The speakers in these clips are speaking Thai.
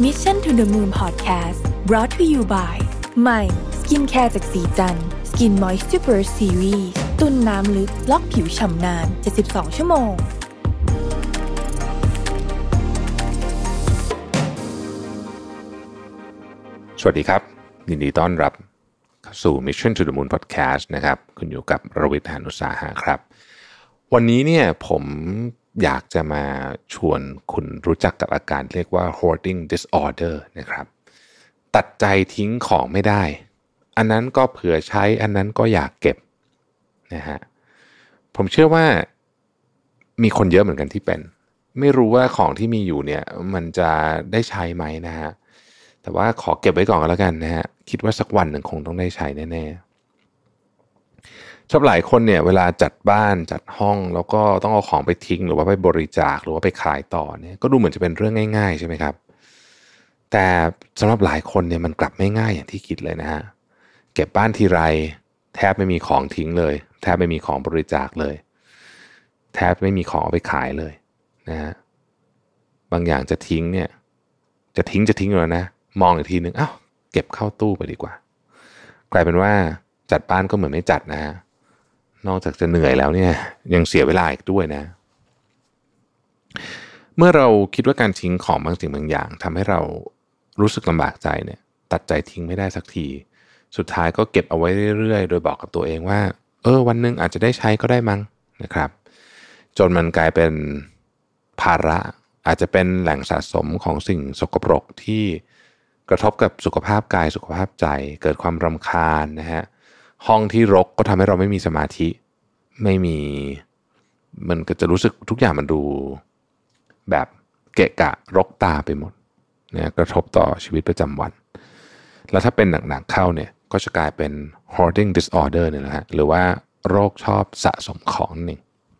Mission to the Moon Podcast brought to you by ใหม่สกินแคร์จากสีจันทร์ Skin Moisture Burst Series ตุ้นน้ำลึกล็อกผิวฉ่ำนาน72ชั่วโมงสวัสดีครับยินดีต้อนรับเข้าสู่ Mission to the Moon Podcast นะครับคุณอยู่กับรวิทย์ หาญอุตสาหะครับวันนี้เนี่ยผมอยากจะมาชวนคุณรู้จักกับอาการเรียกว่า hoarding disorder นะครับตัดใจทิ้งของไม่ได้อันนั้นก็เผื่อใช้อันนั้นก็อยากเก็บนะฮะผมเชื่อว่ามีคนเยอะเหมือนกันที่เป็นไม่รู้ว่าของที่มีอยู่เนี่ยมันจะได้ใช้ไหมนะฮะแต่ว่าขอเก็บไว้ก่อนก็แล้วกันนะฮะคิดว่าสักวันหนึ่งคงต้องได้ใช้แน่ๆชอบหลายคนเนี่ยเวลาจัดบ้านจัดห้องแล้วก็ต้องเอาของไปทิ้งหรือว่าไปบริจาคหรือว่าไปขายต่อเนี่ยก็ดูเหมือนจะเป็นเรื่องง่ายๆใช่ไหมครับแต่สำหรับหลายคนเนี่ยมันกลับไม่ง่ายอย่างที่คิดเลยนะฮะเก็บบ้านทีไรแทบไม่มีของทิ้งเลยแทบไม่มีของบริจาคเลยแทบไม่มีของเอาไปขายเลยนะฮะบางอย่างจะทิ้งเนี่ยจะทิ้งแล้วนะมองอีกทีนึงอ้าวเก็บเข้าตู้ไปดีกว่ากลายเป็นว่าจัดบ้านก็เหมือนไม่จัดนะฮะนอกจากจะเหนื่อยแล้วเนี่ยยังเสียเวลาอีกด้วยนะเมื่อเราคิดว่าการทิ้งของบางสิ่งบางอย่างทำให้เรารู้สึกลำบากใจเนี่ยตัดใจทิ้งไม่ได้สักทีสุดท้ายก็เก็บเอาไว้เรื่อยๆโดยบอกกับตัวเองว่าวันนึงอาจจะได้ใช้ก็ได้มั้งนะครับจนมันกลายเป็นภาระอาจจะเป็นแหล่งสะสมของสิ่งสกปรกที่กระทบกับสุขภาพกายสุขภาพใจเกิดความรำคาญนะฮะห้องที่รกก็ทำให้เราไม่มีสมาธิมันก็จะรู้สึกทุกอย่างมันดูแบบเกะกะรกตาไปหมดนะกระทบต่อชีวิตประจำวันแล้วถ้าเป็นหนักๆเข้าเนี่ยก็จะกลายเป็น hoarding disorder เนี่ยนะฮะหรือว่าโรคชอบสะสมของนี่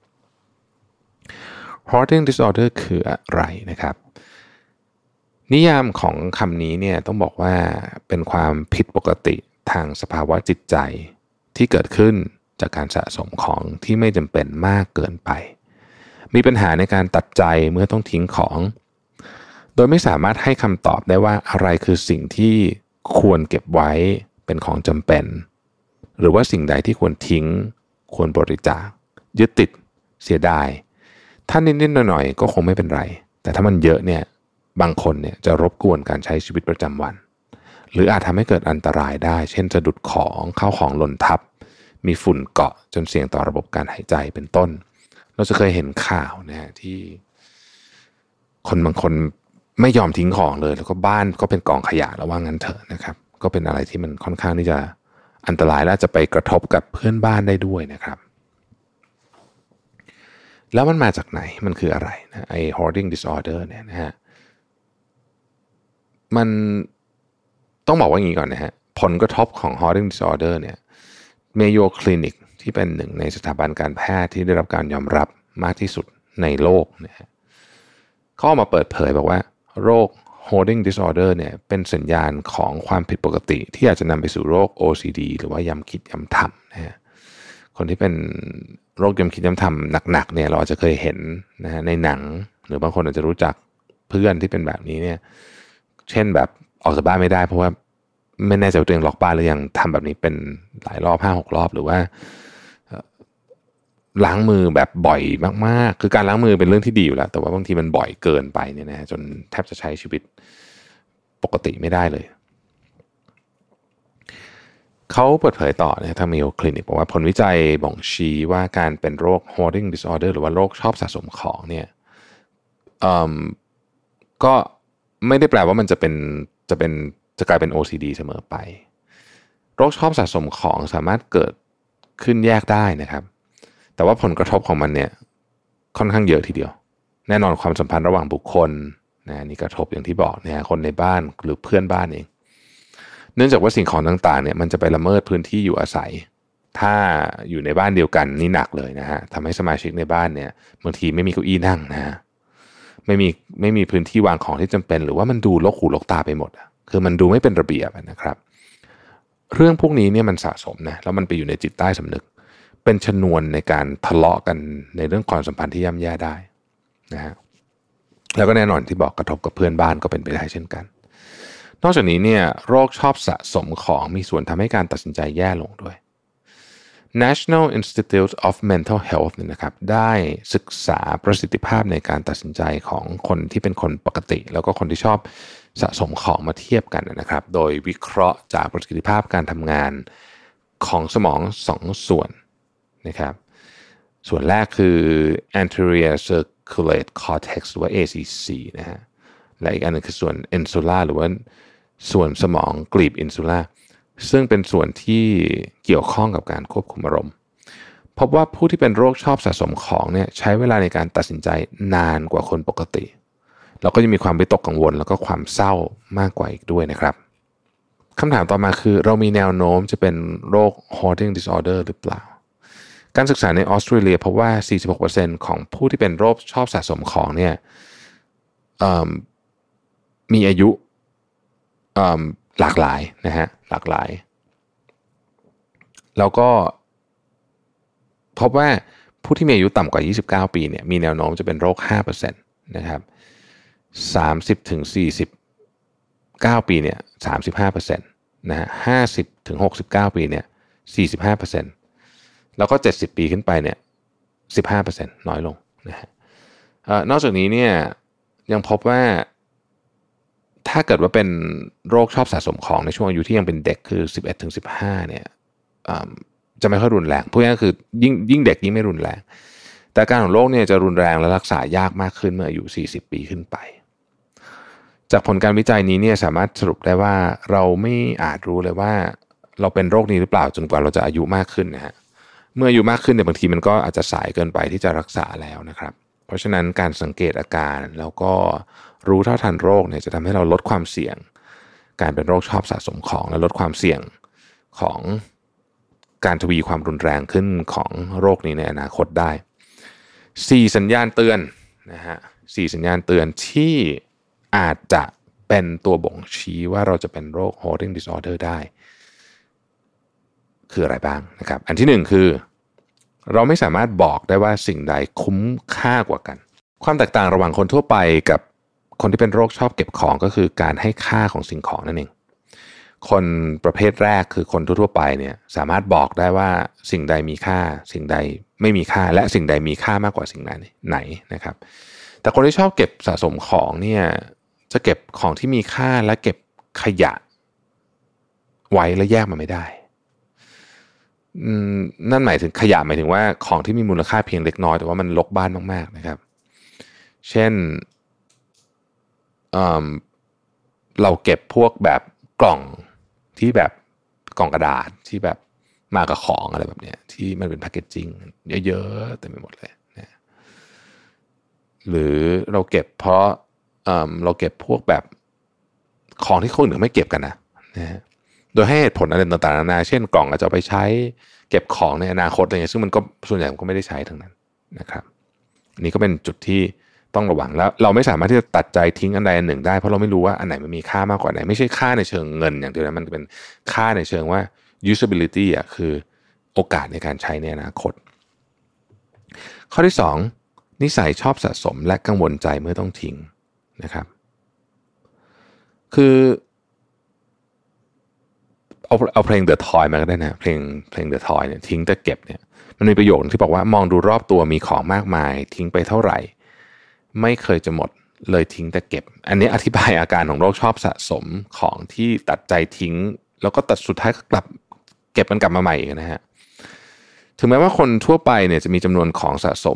hoarding disorder คืออะไรนะครับนิยามของคำนี้เนี่ยต้องบอกว่าเป็นความผิดปกติทางสภาวะจิตใจที่เกิดขึ้นจากการสะสมของที่ไม่จำเป็นมากเกินไปมีปัญหาในการตัดใจเมื่อต้องทิ้งของโดยไม่สามารถให้คำตอบได้ว่าอะไรคือสิ่งที่ควรเก็บไว้เป็นของจำเป็นหรือว่าสิ่งใดที่ควรทิ้งควรบริจาคยึดติดเสียดายถ้านิดๆหน่อยๆก็คงไม่เป็นไรแต่ถ้ามันเยอะเนี่ยบางคนเนี่ยจะรบกวนการใช้ชีวิตประจำวันหรืออาจทำให้เกิดอันตรายได้เช่นสะดุดของเข้าของหล่นทับมีฝุ่นเกาะจนเสี่ยงต่อระบบการหายใจเป็นต้นเราจะเคยเห็นข่าวนะฮะที่คนบางคนไม่ยอมทิ้งของเลยแล้วก็บ้านก็เป็นกองขยะแล้วว่างั้นเถอะนะครับก็เป็นอะไรที่มันค่อนข้างที่จะอันตรายและจะไปกระทบกับเพื่อนบ้านได้ด้วยนะครับแล้วมันมาจากไหนมันคืออะไรนะไอ้ hoarding disorder เนี่ยนะฮะมันต้องบอกว่าอย่างนี้ก่อนนะฮะผลกระทบของ hoarding disorder เนี่ย Mayo Clinic ที่เป็นหนึ่งในสถาบันการแพทย์ที่ได้รับการยอมรับมากที่สุดในโลกนะฮะเขาออกมาเปิดเผยบอกว่าโรค hoarding disorder เนี่ยเป็นสัญญาณของความผิดปกติที่อาจจะนำไปสู่โรค OCD หรือว่าย้ำคิดย้ำทำนะฮะคนที่เป็นโรคย้ำคิดย้ำทำหนักๆเนี่ยเราอาจจะเคยเห็นนะฮะในหนังหรือบางคนอาจจะรู้จักเพื่อนที่เป็นแบบนี้เนี่ยเช่นแบบออกจากบ้านไม่ได้เพราะว่าไม่แน่ใจว่าตัวเองล็อกบ้านหรือยังทำแบบนี้เป็นหลายรอบ 5-6 รอบหรือว่าล้างมือแบบบ่อยมากๆคือการล้างมือเป็นเรื่องที่ดีอยู่แล้วแต่ว่าบางทีมันบ่อยเกินไปเนี่ยนะจนแทบจะใช้ชีวิตปกติไม่ได้เลยเขาเปิดเผยต่อนะทาง Mayo Clinic บอกว่าผลวิจัยบ่งชี้ว่าการเป็นโรค hoarding disorder หรือว่าโรคชอบสะสมของเนี่ยก็ไม่ได้แปลว่ามันจะกลายเป็น OCD เสมอไปโรคชอบสะสมของสามารถเกิดขึ้นแยกได้นะครับแต่ว่าผลกระทบของมันเนี่ยค่อนข้างเยอะทีเดียวแน่นอนความสัมพันธ์ระหว่างบุคคลนะนี่กระทบอย่างที่บอกเนี่ยคนในบ้านหรือเพื่อนบ้านเองเนื่องจากว่าสิ่งของต่างๆเนี่ยมันจะไปละเมิดพื้นที่อยู่อาศัยถ้าอยู่ในบ้านเดียวกันนี่หนักเลยนะฮะทำให้สมาชิกในบ้านเนี่ยบางทีไม่มีเก้าอี้นั่งนะฮะไม่มีพื้นที่วางของที่จำเป็นหรือว่ามันดูรกหูรกตาไปหมดคือมันดูไม่เป็นระเบียบนะครับเรื่องพวกนี้เนี่ยมันสะสมนะแล้วมันไปอยู่ในจิตใต้สำนึกเป็นชนวนในการทะเลาะกันในเรื่องความสัมพันธ์ที่ย่ำแย่ได้นะฮะแล้วก็แน่นอนที่บอกกระทบกับเพื่อนบ้านก็เป็นไปได้เช่นกันนอกจากนี้เนี่ยโรคชอบสะสมของมีส่วนทำให้การตัดสินใจแย่ลงด้วย National Institute of Mental Health เนี่ยนะครับได้ศึกษาประสิทธิภาพในการตัดสินใจของคนที่เป็นคนปกติแล้วก็คนที่ชอบสะสมของมาเทียบกันนะครับโดยวิเคราะห์จากประสิทธิภาพการทำงานของสมอง2ส่วนนะครับส่วนแรกคือ anterior cingulate cortex หรือว่า ACC นะฮะและอีกอันนึงคือส่วน insula หรือว่าส่วนสมองกลีบ insula ซึ่งเป็นส่วนที่เกี่ยวข้องกับการควบคุมอารมณ์พบว่าผู้ที่เป็นโรคชอบสะสมของเนี่ยใช้เวลาในการตัดสินใจนานกว่าคนปกติแล้วก็จะมีความวิตกกังวลแล้วก็ความเศร้ามากกว่าอีกด้วยนะครับคำถามต่อมาคือเรามีแนวโน้มจะเป็นโรค hoarding disorder หรือเปล่าการศึกษาในออสเตรเลียพบว่า 46% ของผู้ที่เป็นโรคชอบสะสมของเนี่ยมีอายุหลากหลายนะฮะหลากหลายแล้วก็พบว่าผู้ที่มีอายุต่ำกว่า29ปีเนี่ยมีแนวโน้มจะเป็นโรค 5% นะครับ30ถึง49ปีเนี่ย 35% นะฮะ50ถึง69ปีเนี่ย 45% แล้วก็70ปีขึ้นไปเนี่ย 15% น้อยลงนะฮะนอกจากนี้เนี่ยยังพบว่าถ้าเกิดว่าเป็นโรคชอบสะสมของในช่วงอายุที่ยังเป็นเด็กคือ11ถึง15เนี่ยจะไม่ค่อยรุนแรงพวกนี้คือยิ่งเด็กยิ่งไม่รุนแรงแต่อาการของโรคเนี่ยจะรุนแรงและรักษายากมากขึ้นเมื่ออายุ40ปีขึ้นไปจากผลการวิจัยนี้เนี่ยสามารถสรุปได้ว่าเราไม่อาจรู้เลยว่าเราเป็นโรคนี้หรือเปล่าจนกว่าเราจะอายุมากขึ้นนะฮะเมื่ออายุมากขึ้นเนี่ยบางทีมันก็อาจจะสายเกินไปที่จะรักษาแล้วนะครับเพราะฉะนั้นการสังเกตอาการแล้วก็รู้เท่าทันโรคเนี่ยจะทำให้เราลดความเสี่ยงการเป็นโรคชอบสะสมของและลดความเสี่ยงของการทวีความรุนแรงขึ้นของโรคนี้ในอนาคตได้4สัญญาณเตือนนะฮะ4สัญญาณเตือนที่อาจจะเป็นตัวบ่งชี้ว่าเราจะเป็นโรค hoarding disorder ได้คืออะไรบ้างนะครับอันที่1คือเราไม่สามารถบอกได้ว่าสิ่งใดคุ้มค่ากว่ากันความแตกต่างระหว่างคนทั่วไปกับคนที่เป็นโรคชอบเก็บของก็คือการให้ค่าของสิ่งของนั่นเองคนประเภทแรกคือคนทั่วไปเนี่ยสามารถบอกได้ว่าสิ่งใดมีค่าสิ่งใดไม่มีค่าและสิ่งใดมีค่ามากกว่าสิ่งไหนนะครับแต่คนที่ชอบเก็บสะสมของเนี่ยจะเก็บของที่มีค่าและเก็บขยะไว้และแยกมันไม่ได้นั่นหมายถึงขยะหมายถึงว่าของที่มีมูลค่าเพียงเล็กน้อยแต่ว่ามันรกบ้านมากๆนะครับเช่นเราเก็บพวกแบบกล่องที่แบบกล่องกระดาษที่แบบมากับของอะไรแบบเนี้ยที่มันเป็นแพคเกจจิ้งเยอะๆเต็มไปหมดเลยนะหรือเราเก็บเพราะเราเก็บพวกแบบของที่คนอื่นไม่เก็บกันนะฮะโดยให้เหตุผลอะไรต่างๆนานาเช่นกล่องอาจจะไปใช้เก็บของในอนาคตอะไรเงี้ยซึ่งมันก็ส่วนใหญ่มันก็ไม่ได้ใช้ทั้งนั้นนะครับอันนี้ก็เป็นจุดที่ต้องระวังแล้วเราไม่สามารถที่จะตัดใจทิ้งอันใดอันหนึ่งได้เพราะเราไม่รู้ว่าอันไหนมันมีค่ามากกว่าอันไหนไม่ใช่ค่าในเชิงเงินอย่างเดียวนะมันเป็นค่าในเชิงว่า usability อ่ะคือโอกาสในการใช้ในอนาคตข้อที่2นิสัยชอบสะสมและกังวลใจเมื่อต้องทิ้งนะครับคือเอาเพลง The Toy มาก็ได้นะเพลง The Toy เนี่ยทิ้งแต่เก็บเนี่ยมันมีประโยคที่บอกว่ามองดูรอบตัวมีของมากมายทิ้งไปเท่าไหร่ไม่เคยจะหมดเลยทิ้งแต่เก็บอันนี้อธิบายอาการของโรคชอบสะสมของที่ตัดใจทิ้งแล้วก็ตัดสุดท้ายก็กลับเก็บมันกลับมาใหม่อีกนะฮะถึงแม้ว่าคนทั่วไปเนี่ยจะมีจำนวนของสะสม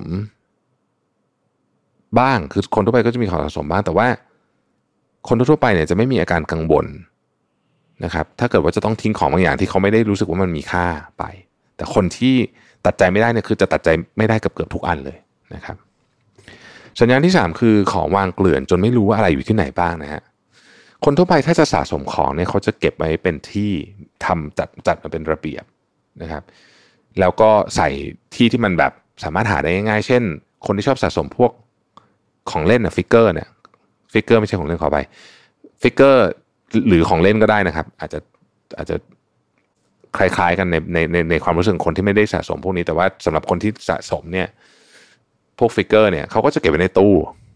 บ้างคือคนทั่วไปก็จะมีของสะสมบ้างแต่ว่าคนทั่วไปเนี่ยจะไม่มีอาการกังวลนะครับถ้าเกิดว่าจะต้องทิ้งของบางอย่างที่เขาไม่ได้รู้สึกว่ามันมีค่าไปแต่คนที่ตัดใจไม่ได้เนี่ยคือจะตัดใจไม่ได้เกือบทุกอันเลยนะครับสัญญาณที่3คือของวางเกลื่อนจนไม่รู้ว่าอะไรอยู่ที่ไหนบ้างนะฮะคนทั่วไปถ้าจะสะสมของเนี่ยเขาจะเก็บไว้เป็นที่จัดมาเป็นระเบียบนะครับแล้วก็ใส่ที่มันแบบสามารถหาได้ง่ายๆเช่นคนที่ชอบสะสมพวกของเล่นฟิกเกอร์เนี่ยฟิกเกอร์ไม่ใช่ของเล่นขอไปฟิกเกอร์หรือของเล่นก็ได้นะครับอาจจะคล้ายๆกันในความรู้สึกคนที่ไม่ได้สะสมพวกนี้แต่ว่าสำหรับคนที่สะสมเนี่ยพวกฟิกเกอร์เนี่ยเขาก็จะเก็บไว้ในตู้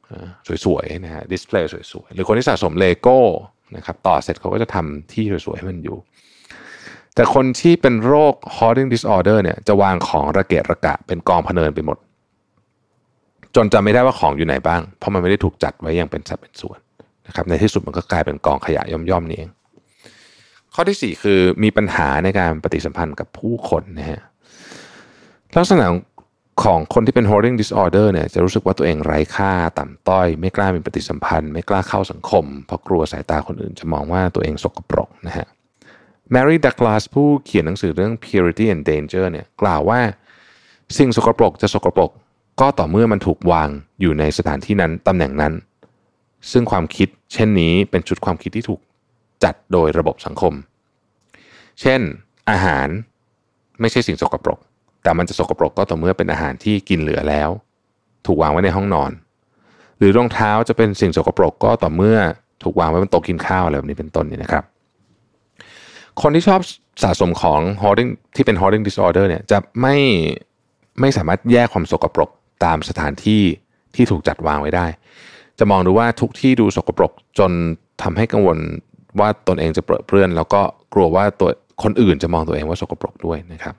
สวยๆนะฮะดิสเพลย์สวยๆหรือคนที่สะสมเลโก้นะครับต่อเสร็จเขาก็จะทำที่สวยๆให้มันอยู่แต่คนที่เป็นโรค hoarding disorder เนี่ยจะวางของระเกะระกะเป็นกองพะเนินไปหมดจนจำไม่ได้ว่าของอยู่ไหนบ้างเพราะมันไม่ได้ถูกจัดไว้อย่างเป็นสัดเป็นส่วนนะครับในที่สุดมันก็กลายเป็นกองขยะย่อมๆนี่เองข้อที่4คือมีปัญหาในการปฏิสัมพันธ์กับผู้คนนะฮะลักษณะของคนที่เป็น hoarding disorder เนี่ยจะรู้สึกว่าตัวเองไร้ค่าต่ำต้อยไม่กล้ามีปฏิสัมพันธ์ไม่กล้าเข้าสังคมเพราะกลัวสายตาคนอื่นจะมองว่าตัวเองสกปรกนะฮะแมรี่ดักลาสผู้เขียนหนังสือเรื่อง Purity and Danger เนี่ยกล่าวว่าสิ่งสกปรกจะสกปรกก็ต่อเมื่อมันถูกวางอยู่ในสถานที่นั้นตำแหน่งนั้นซึ่งความคิดเช่นนี้เป็นชุดความคิดที่ถูกจัดโดยระบบสังคมเช่นอาหารไม่ใช่สิ่งสกปรกแต่มันจะสกปรกก็ต่อเมื่อเป็นอาหารที่กินเหลือแล้วถูกวางไว้ในห้องนอนหรือรองเท้าจะเป็นสิ่งสกปรกก็ต่อเมื่อถูกวางไว้บนโต๊ะกินข้าวอะไรแบบนี้เป็นต้นนี่นะครับคนที่ชอบสะสมของ hoarding ที่เป็น hoarding disorder เนี่ยจะไม่สามารถแยกความสกปรกตามสถานที่ที่ถูกจัดวางไว้ได้จะมองดูว่าทุกที่ดูสกปรกจนทำให้กังวลว่าตนเองจะเปื้อนแล้วก็กลัวว่าตัวคนอื่นจะมองตัวเองว่าสกปรกด้วยนะครับ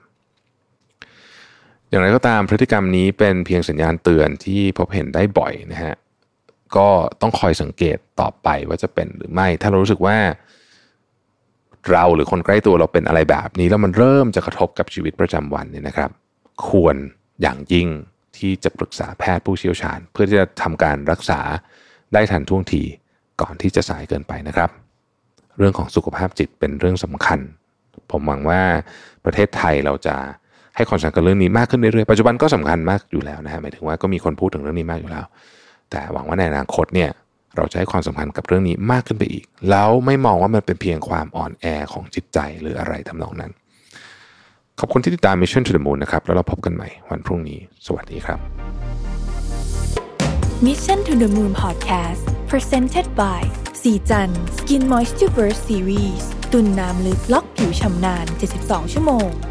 อย่างไรก็ตามพฤติกรรมนี้เป็นเพียงสัญญาณเตือนที่พบเห็นได้บ่อยนะฮะก็ต้องคอยสังเกตต่อไปว่าจะเป็นหรือไม่ถ้าเรารู้สึกว่าเราหรือคนใกล้ตัวเราเป็นอะไรแบบนี้แล้วมันเริ่มจะกระทบกับชีวิตประจำวันเนี่ยนะครับควรอย่างยิ่งที่จะปรึกษาแพทย์ผู้เชี่ยวชาญเพื่อที่จะทำการรักษาได้ทันท่วงทีก่อนที่จะสายเกินไปนะครับเรื่องของสุขภาพจิตเป็นเรื่องสำคัญผมหวังว่าประเทศไทยเราจะให้ความสำคัญกับเรื่องนี้มากขึ้นเรื่อยๆปัจจุบันก็สำคัญมากอยู่แล้วนะฮะหมายถึงว่าก็มีคนพูดถึงเรื่องนี้มากอยู่แล้วแต่หวังว่าในอนาคตเนี่ยเราจะให้ความสำคัญกับเรื่องนี้มากขึ้นไปอีกแล้วไม่มองว่ามันเป็นเพียงความอ่อนแอของจิตใจหรืออะไรทำนองนั้นขอบคุณที่ติดตาม Mission to the Moon นะครับแล้วเราพบกันใหม่วันพรุ่งนี้สวัสดีครับ Mission to the Moon Podcast Presented by สีจัน Skin Moisture Burst Series ตุ่นน้ำลึกล็อกผิวชำนาน72 ชั่วโมง